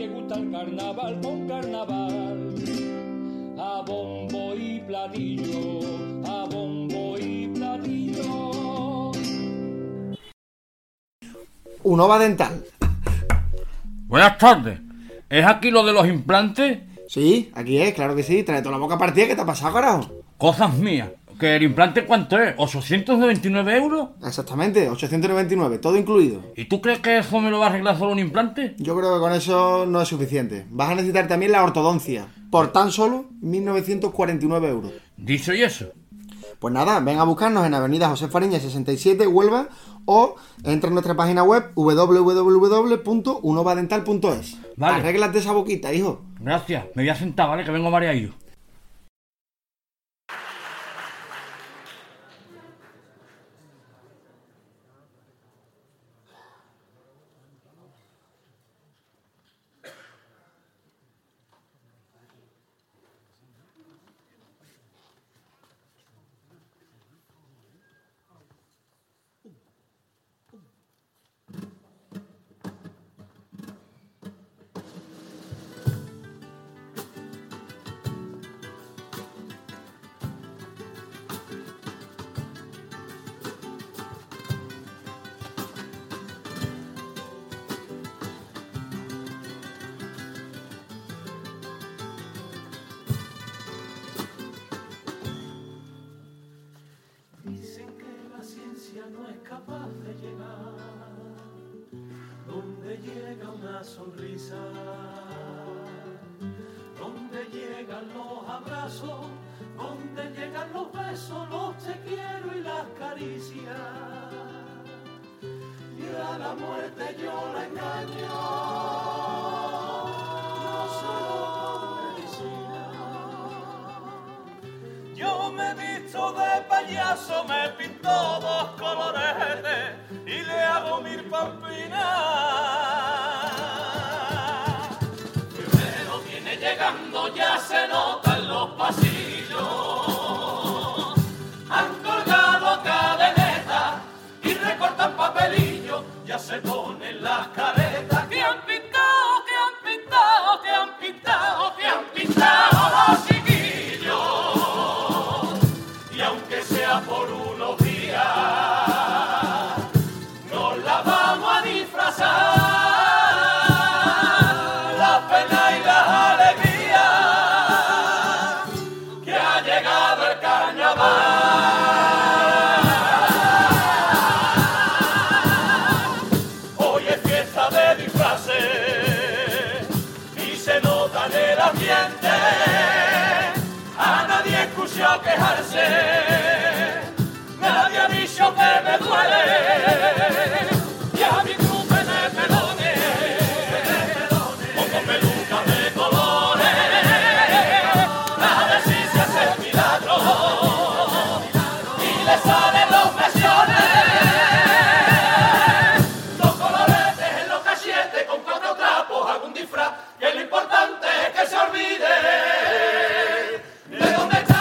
le gusta el carnaval con carnaval. A bombo y platillo, a bombo y platillo. Unova Dental. Buenas tardes. ¿Es aquí lo de los implantes? Sí, aquí es, claro que sí. Trae toda la boca partida. ¿Qué te ha pasado, carajo? Cosas mías. ¿Que el implante cuánto es? ¿899 euros? Exactamente, 899, todo incluido. ¿Y tú crees que eso me lo va a arreglar solo un implante? Yo creo que con eso no es suficiente. Vas a necesitar también la ortodoncia, por tan solo 1.949 euros. ¿Dicho y eso? Pues nada, ven a buscarnos en Avenida José Fariña 67, Huelva, o entra en nuestra página web www.unovadental.es. Vale. Arréglate esa boquita, hijo. Gracias. Me voy a sentar, ¿vale? Que vengo mareado. Dicen que la ciencia no es capaz de llegar donde llega una sonrisa, donde llegan los abrazos, donde llegan los besos, los te quiero y las caricias. Y a la muerte yo la engaño, no solo con medicina. Yo me he visto de payaso, me pinto dos coloretes y le hago mil pamplinas. Febrero viene llegando, ya se nota en los pasillos. Han colgado cadenetas y recortan papelillos, ya se ponen las caretas que han pintado, que han pintado, que han pintado, que han pintado los chiquillos. Y aunque sea por unos días, nos la vamos a disfrazar. La pena y las alegrías, que ha llegado el carnaval. Hoy es fiesta de disfraces y se nota en el ambiente. A nadie he escuchado quejarse, nadie ha dicho que me duele. Y a mi trupe de pelones, con pelucas de colores, a ver si se hace milagro y le salen los mesiones. Los coloretes en los cachetes, con cuatro trapos hago un disfraz, que lo importante es que se olvide de dónde está.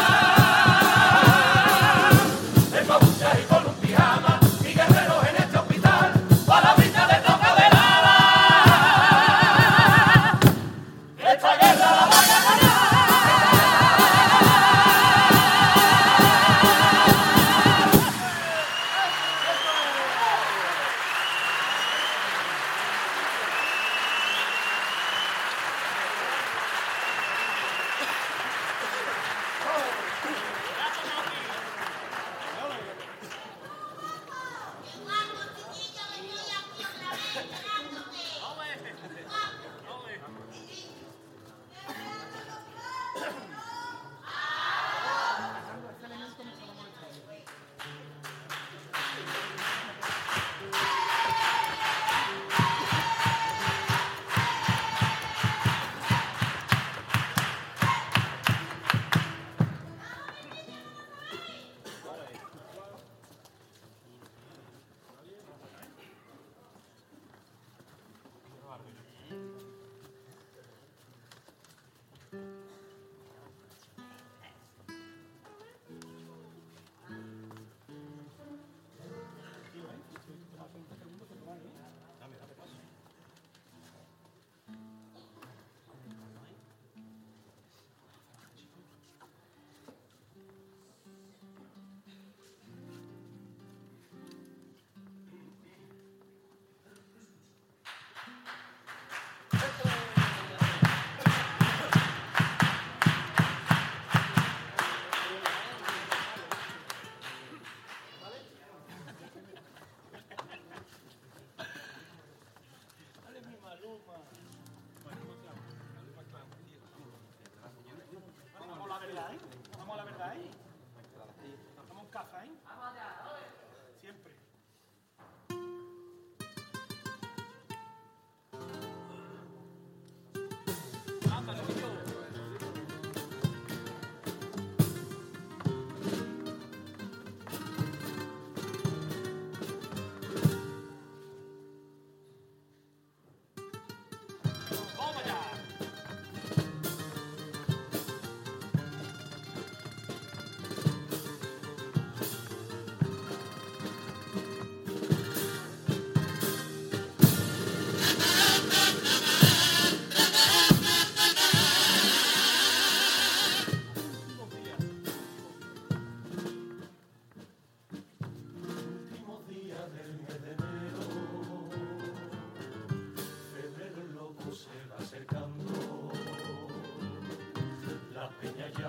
En babuchas y con un pijama, y guerreros en este hospital, palabrita de Trocadero. Esta guerra la van a ganar.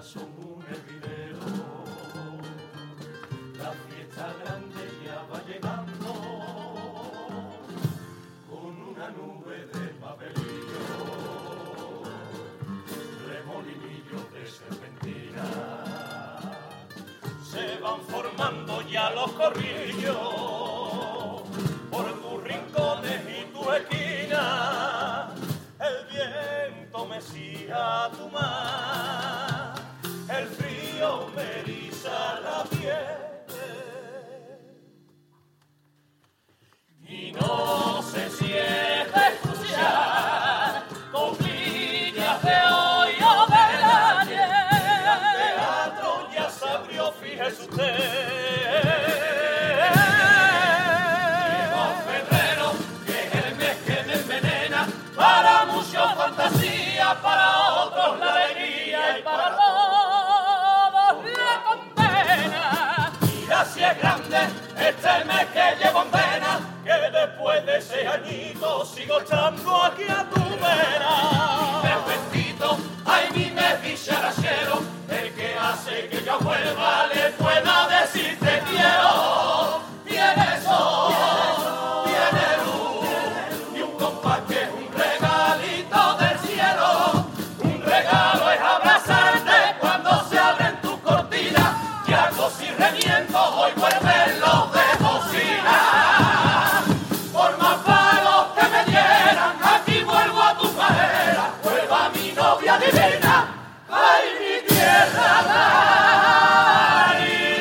son un hervidero. La fiesta grande ya va llegando con una nube de papelillo, remolinillos de serpentina. Se van formando ya los corrillos por tus rincones y tu esquina. El viento mecía tu mar, el frío me eriza la piel. Y no sé si es de escuchar copillas de hoy o del ayer. El teatro ya se abrió, fíjese usted. Llegó febrero, que es el mes que me envenena. Para muchos fantasía, para otros la alegría y para todos la condena. Mira si es grande este mes que llevo en vena, que después de 6 añitos sigo echando aquí a tu vera. Mi vestido, ay mi mes dicharachero, el que hace que yo vuelva le pueda decir te quiero. Tiene sol, tiene luz y un compás que es un regalito del cielo. Un regalo es abrazarte cuando se abren tus cortinas y algo si remiendo hoy vuelven los de cocina. Por más palos que me dieran, aquí vuelvo a tu manera, vuelva mi novia divina, ay mi tierra marinera.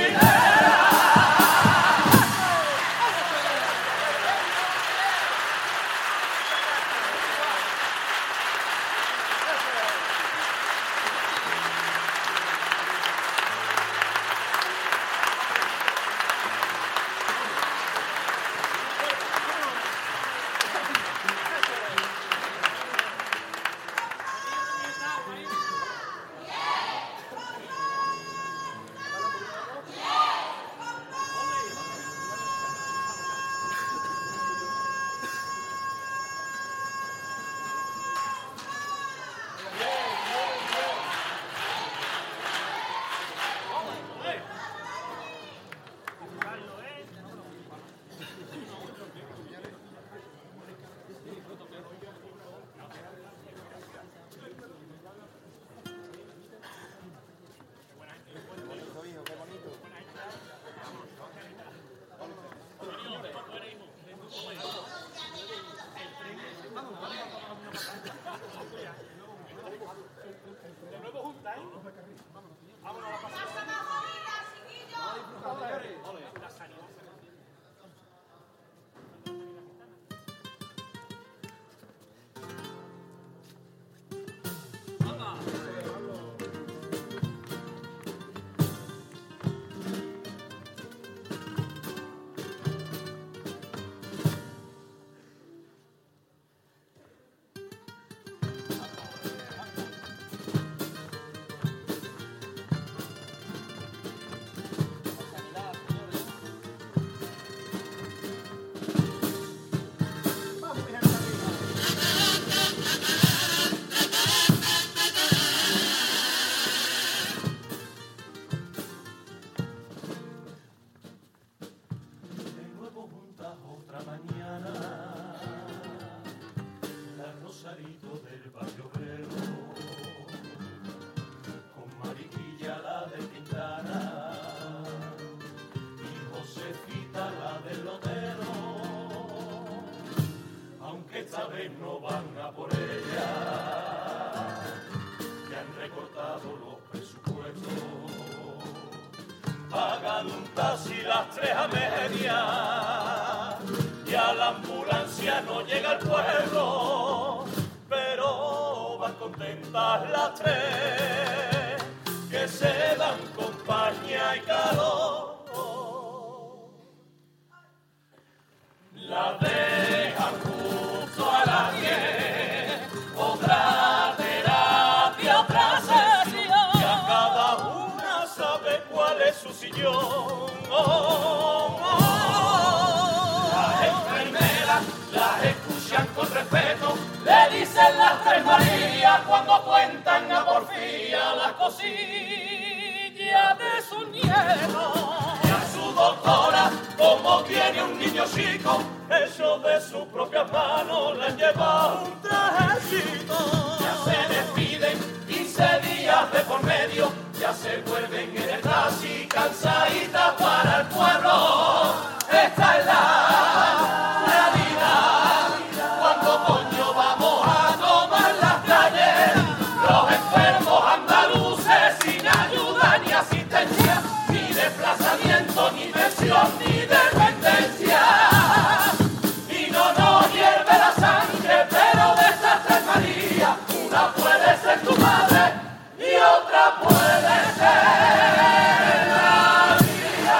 No van a por ella, que han recortado los presupuestos, pagan un taxi las 3:30 y a la ambulancia no llega al pueblo, pero van contentas las 3 que se dan compañía y calor. La dejan justo a las 10, otra terapia, otra sesión, y a cada una sabe cuál es su sillón. Las enfermeras las escuchan con respeto, le dicen las 3 Marías cuando cuentan a porfía las cositas. sus nietos. Y a su doctora, como tiene un niño chico, hecho de sus propias manos, le han llevado un trajecito. Ya se despiden 15 días de por medio, ya se vuelven en el taxi cansaditas para el pueblo. Esta es la realidad. Cuando coño vamos a tomar las calles, los enfermos andaluces sin ayuda ni asistencia, ni desplazamiento, ni pensión, ni dependencia. Y no nos hierve la sangre, pero de estas tres Marías, una puede ser tu madre y otra puede ser la mía.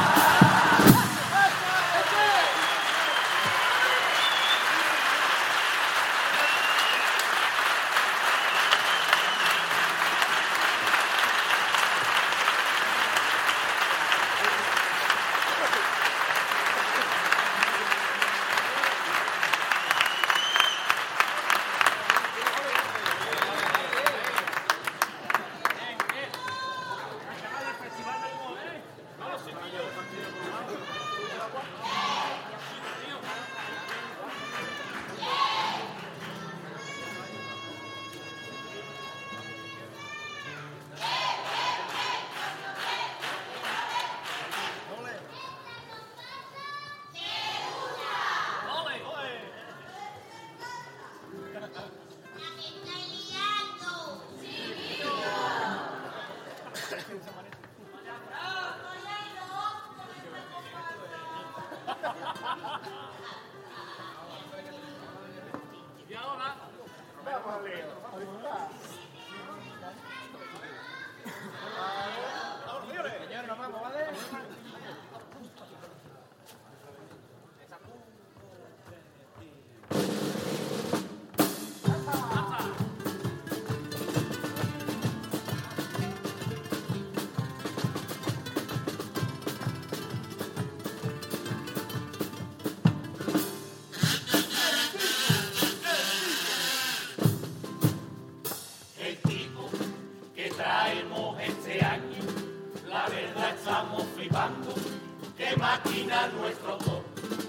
Máquina nuestro todo.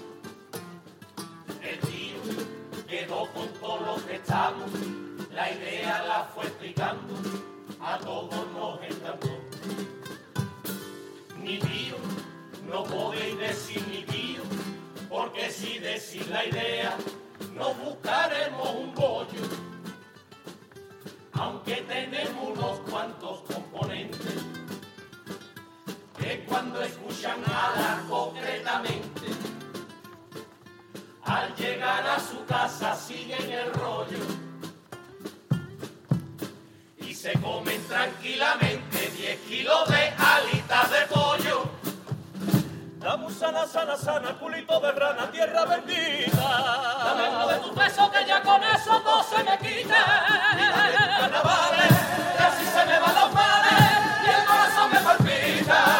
El tío quedó con todos los que estamos, la idea la fue explicando, a todos nos encantó. Ni tío, no podéis decir ni tío, porque si decís la idea, nos buscaremos un bollo. Aunque tenemos unos cuantos componentes, que cuando escuchan nada concretamente, al llegar a su casa siguen el rollo y se comen tranquilamente 10 kilos de alitas de pollo. Dame un sana, sana, sana, culito de rana, tierra bendita. Dame uno de tus besos que ya con eso todo se me quita. Carnavales, que así se me van los males y el corazón me palpita.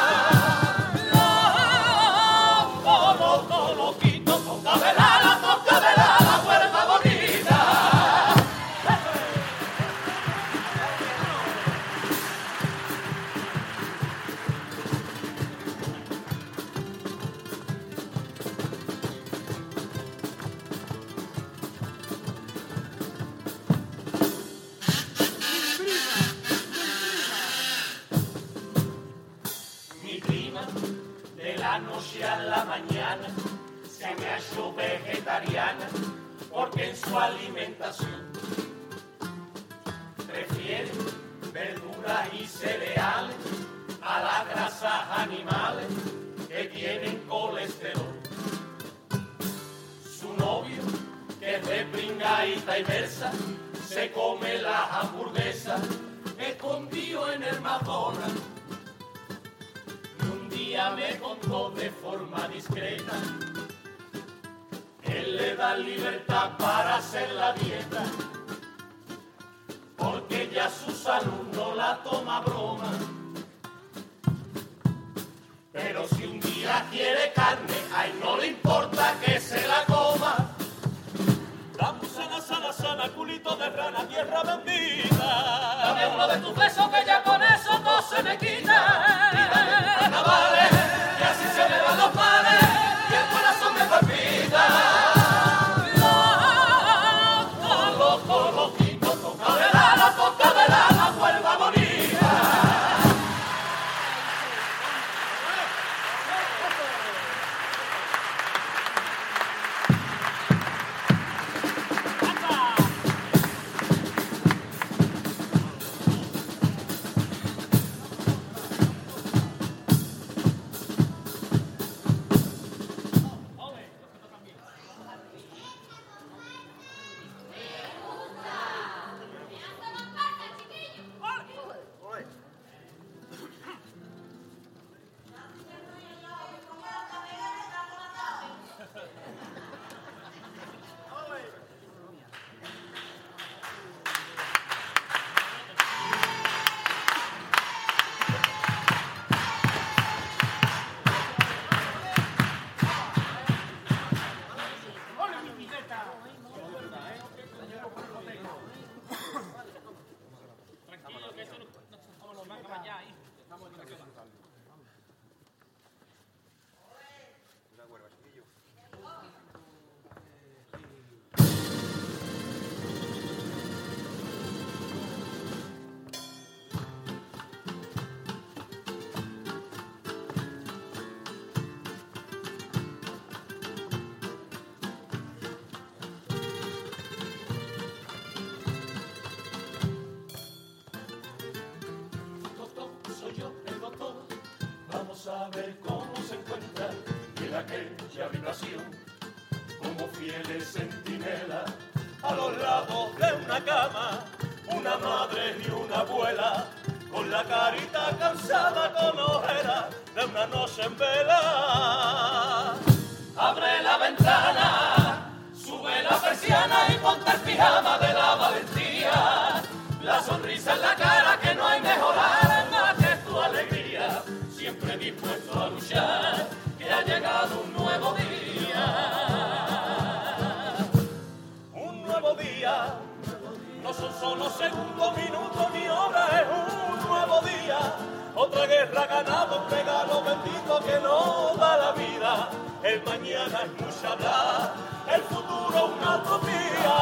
Se me ha hecho vegetariana porque en su alimentación prefiere verduras y cereales a las grasas animales que tienen colesterol. Su novio, que es de pringaíta y versa, se come las hamburguesas escondido en el McDonald's. Un día me contó de forma discreta, él le da libertad para hacer la dieta, porque ya su salud no la toma broma. Pero si un día quiere carne, a él no le importa que se la coma. Dame sana, sana, sana, culito de rana, tierra bendita. Dame uno de tus besos que ya con eso no se me quita. a ver cómo se encuentra y en aquella habitación, como fieles centinelas, a los lados de una cama, una madre y una abuela, con la carita cansada con ojeras de una noche en vela. Abre la ventana, sube la persiana y ponte el pijama de la valentía. La sonrisa en la cara que no hay mejorar más que tu alegría. Siempre dispuesto a luchar, que ha llegado un nuevo día. Un nuevo día, no son solo segundos, minutos ni horas, es un nuevo día. Otra guerra ganada, un regalo bendito que nos da la vida. El mañana es mucha hablar, el futuro una utopía.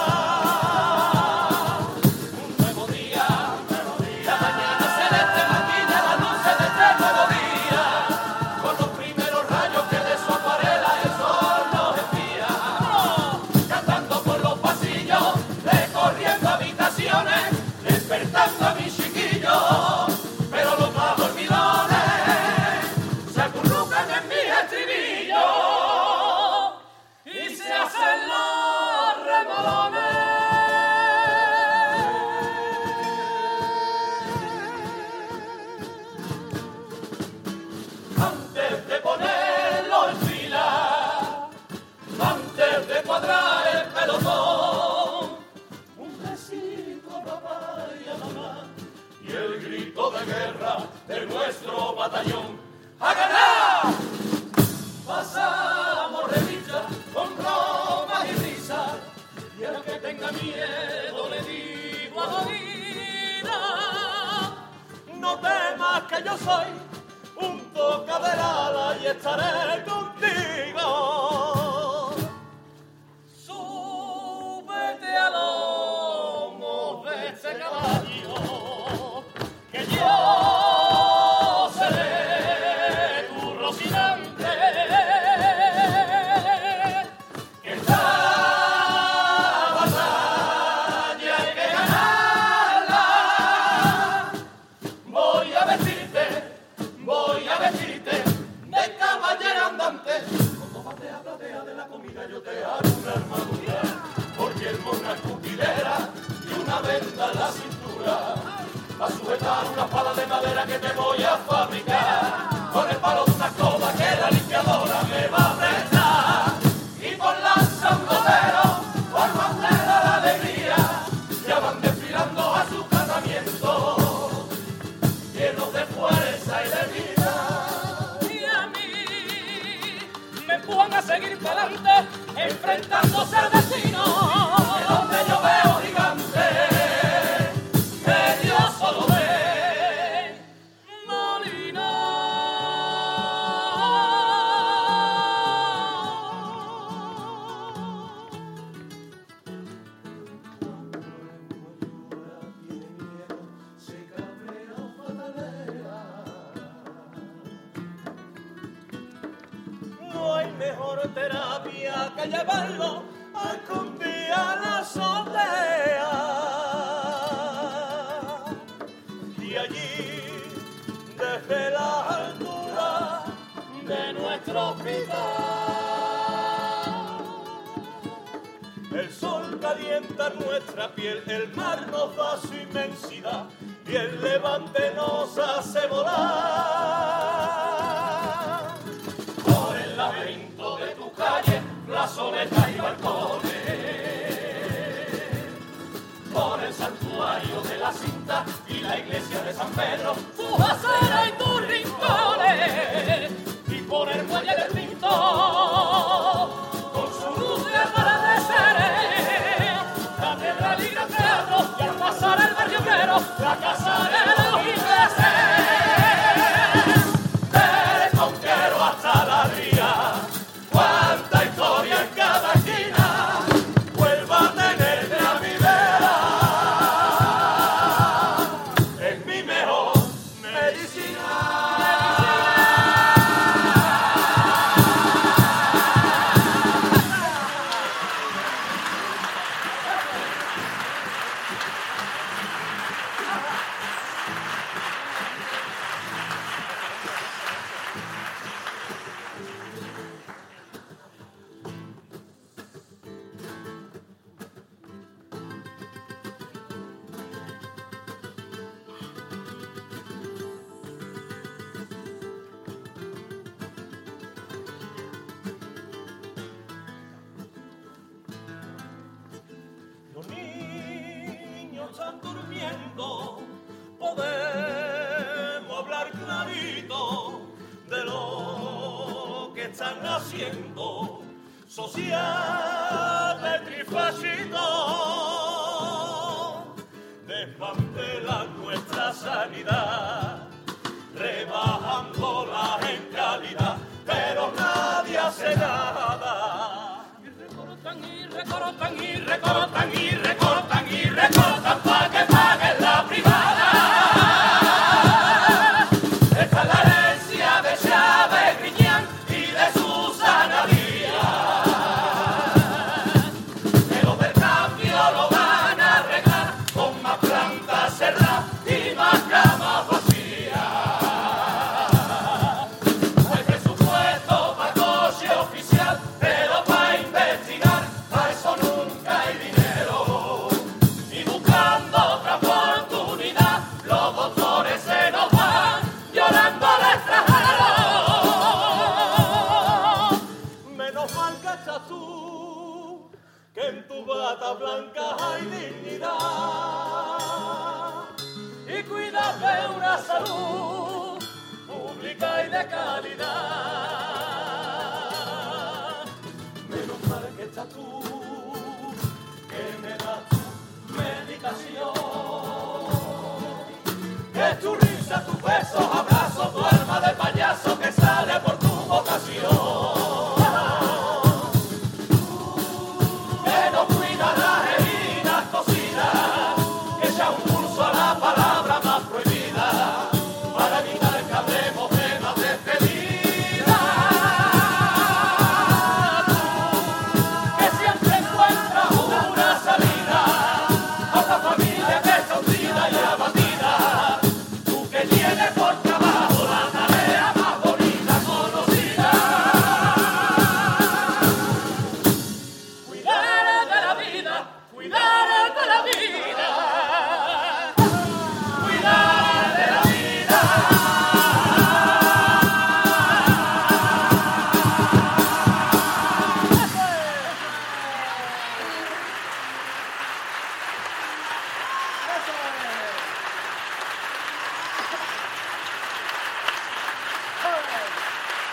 Un nuevo día, la mañana celeste maquilla las luces de este nuevo día. Con los primeros rayos que de su acuarela el sol nos envía. Cantando por los pasillos, recorriendo habitaciones, despertando a mis chiquillos. Pero los más dormidones se acurrucan en mi estribillo y se hacen los remolones. Antes de ponerlo en fila, antes de cuadrar el pelotón, un besito a papá y a mamá y el grito de guerra de nuestro batallón. ¡A ganar! Pasamos revista con bromas y risas, y al que tenga miedo le digo a la vida: no temas que yo soy un toca del ala y estaré contigo. Súbete a lomo de este caballo, que yo seré tu Rocinante, que esta batalla hay que ganarla. Voy a vestirte de caballero andante, con dos platea de la comida yo te hago una armadura, porque el mono es cutilera y una venda en la cintura. A sujetar una espada de madera que te voy a fabricar, con el palo de una escoba que la limpiadora me va a prestar. Y por lanza un gotero, por bandera la alegría, ya van desfilando a su casamiento, llenos de fuerza y de vida. Y a mí me empujan a seguir para adelante, enfrentándose al destino, de donde yo veo gigante. No hay mejor terapia que llevarlo a esconder a la azotea. Y allí, desde la altura de nuestro hospital, el sol calienta nuestra piel, el mar nos da su inmensidad y el levante nos hace volar. Por el laberinto de tu calle, plazoletas y balcones, por el santuario de la Cinta y la iglesia de San Pedro, tu acera y tus rincones, y por el muelle del Pinto, con su luz de atardeceres, catedral y gran teatro, y al pasar el barrio obrero, la casa de los ingleses. Del Conquero hasta la Ría, cuánta historia en cada esquina, vuelva a tenerte a mi vera, es mi mejor medicina. están haciendo social petrifacito, desmantelan nuestra sanidad, rebajándola en calidad, pero nadie hace nada. Y recortan y recortan y recortan y recortan y recortan para que paguen la privada. Esta es la herencia de Chávez Griñán y de Susana Díaz. Pero del cambio lo van a arreglar con más plantas cerradas y más camas vacías. Hay presupuesto para coche oficial, pero para investigar, para eso nunca hay dinero. Y buscando otra oportunidad, los doctores se nos van llorando al extranjero. Menos mal que estás tú, que en tu bata blanca hay dignidad y cuidas de una salud pública y de calidad. Menos mal que estás tú, que me das tu medicación, que tu risa, tus besos, abrazos, tu alma de payaso que sale por tu vocación. Que no cuida las heridas cocidas, que echa un pulso a la palabra más prohibida, para evitar que hablemos de más despedida. Que siempre encuentras una salida a la familia que está hundida y abatida. Tú que tienes por trabajo la tarea más bonita conocida. Cuidar de la vida, cuidar de la vida, cuidar de la vida.